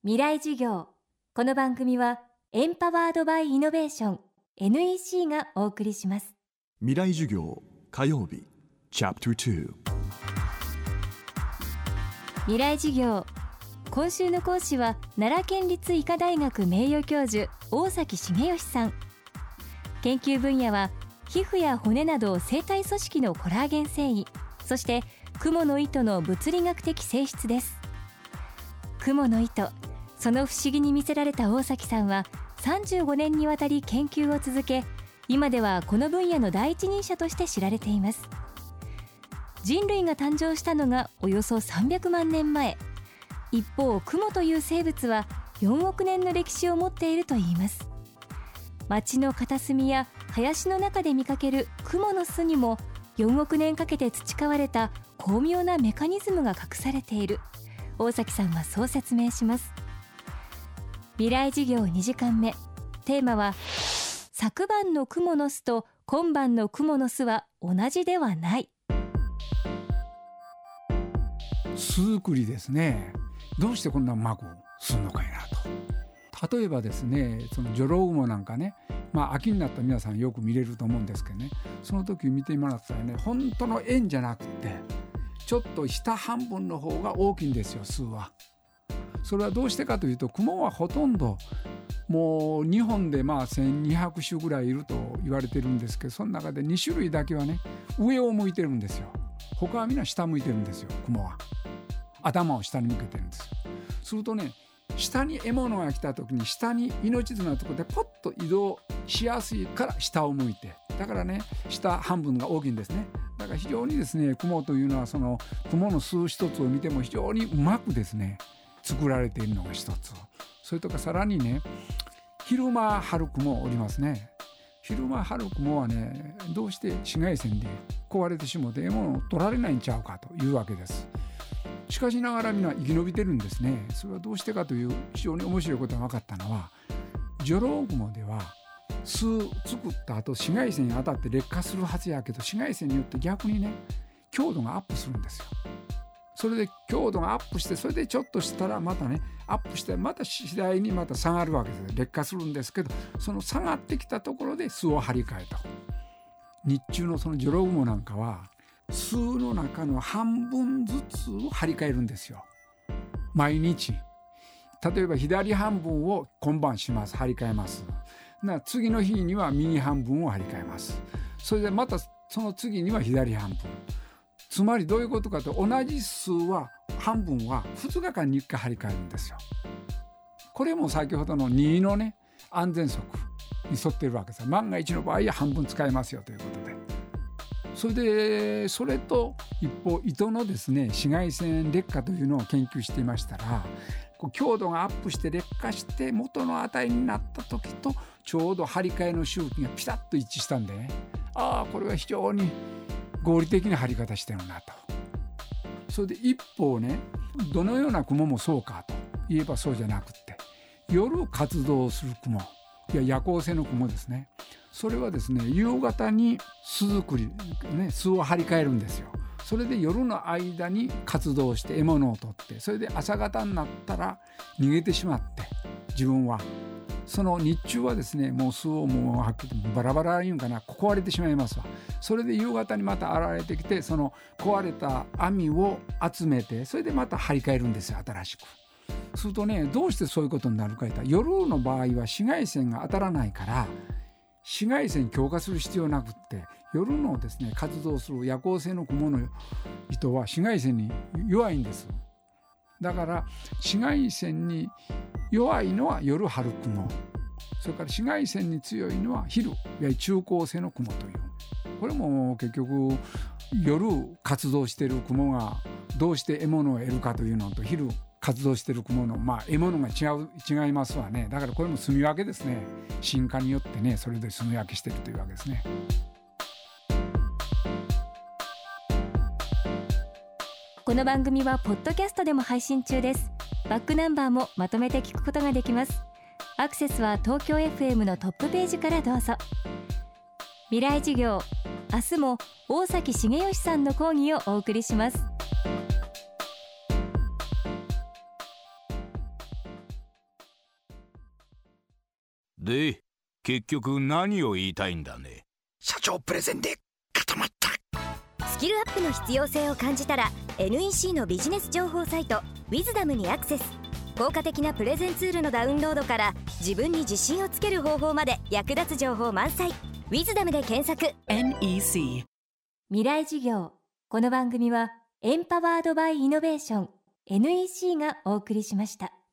未来授業。この番組はエンパワードバイイノベーション NEC がお送りします。 未来授業火曜日チャプター2。 未来授業、今週の講師は奈良県立医科大学名誉教授大崎茂義さん。研究分野は皮膚や骨など生体組織のコラーゲン繊維、そしてクモの糸の物理学的性質です。クモの糸、その不思議に魅せられた大崎さんは35年にわたり研究を続け、今ではこの分野の第一人者として知られています。人類が誕生したのがおよそ300万年前。一方、クモという生物は4億年の歴史を持っているといいます。町の片隅や林の中で見かけるクモの巣にも4億年かけて培われた巧妙なメカニズムが隠されている。大崎さんはそう説明します。未来授業2時間目、テーマは昨晩のクモの巣と今晩のクモの巣は同じではない。 巣作りですね。どうしてこんなうまくするのかいなと。例えばですね、そのジョロウグモなんかね、秋になったら皆さんよく見れると思うんですけどね、その時見てもらったらね、本当の円じゃなくてちょっと下半分の方が大きいんですよ、巣は。それはどうしてかというと、クモはほとんどもう日本で1200種ぐらいいると言われてるんですけど、その中で2種類だけはね上を向いてるんですよ。他はみんな下向いてるんですよ。クモは頭を下に向けてるんです。するとね、下に獲物が来た時に下に命綱のところでポッと移動しやすいから下を向いて、だからね下半分が大きいんですね。だから非常にですね、クモというのはそのクモの巣一つを見ても非常にうまくですね作られているのが一つ。それとかさらにね、昼間張るクモおりますね。昼間張るクモはね、どうして紫外線で壊れてしもて獲物を取られないんちゃうかというわけです。しかしながらみんな生き延びてるんですね。それはどうしてかという非常に面白いことが分かったのは、ジョロウグモでは巣作った後紫外線に当たって劣化するはずやけど、紫外線によって逆にね強度がアップするんですよ。それで強度がアップして、それでちょっとしたらまたねアップして、また次第にまた下がるわけです。劣化するんですけど、その下がってきたところで巣を張り替えた。日中のそのジョロウグモなんかは巣の中の半分ずつを張り替えるんですよ、毎日。例えば左半分を今晩します、張り替えます。次の日には右半分を張り替えます。それでまたその次には左半分。つまりどういうことかと、同じ巣は半分は2日間に1回張り替えるんですよ。これも先ほどの2のね安全則に沿っているわけです。万が一の場合は半分使えますよということで。それと一方、糸のですね紫外線劣化というのを研究していましたら、強度がアップして劣化して元の値になった時とちょうど張り替えの周期がピタッと一致したんでね、これは非常に合理的な張り方してるなと。それで一方ね、どのようなクモもそうかといえばそうじゃなくて、夜活動するクモ、夜行性のクモですね。それはですね、夕方に巣作り、巣を張り替えるんですよ。それで夜の間に活動して獲物を取って、それで朝方になったら逃げてしまって、自分はその日中はですねもう巣をバラバラに壊れてしまいますわ。それで夕方にまた現れてきて、その壊れた網を集めて、それでまた張り替えるんですよ、新しく。するとね、どうしてそういうことになるかというと、夜の場合は紫外線が当たらないから紫外線強化する必要なくって、夜のですね活動する夜行性のクモの糸は紫外線に弱いんです。だから紫外線に弱いのは夜張るクモ、それから紫外線に強いのは昼中光性のクモという。これも結局夜活動しているクモがどうして獲物を得るかというのと、昼活動しているクモの獲物が違いますわね。だからこれも住み分けですね。進化によってね、それで住み分けしているというわけですね。 この番組はポッドキャストでも配信中です。バックナンバーもまとめて聞くことができます。アクセスは東京 FM のトップページからどうぞ。未来授業、明日も大崎茂義さんの講義をお送りします。 で、結局何を言いたいんだね。 社長プレゼンで固まった。 スキルアップの必要性を感じたら NEC のビジネス情報サイト Wisdom にアクセス。効果的なプレゼンツールのダウンロードから自分に自信をつける方法まで役立つ情報満載。 Wisdom で検索。 NEC 未来事業。この番組はエンパワードバイイノベーション NEC がお送りしました。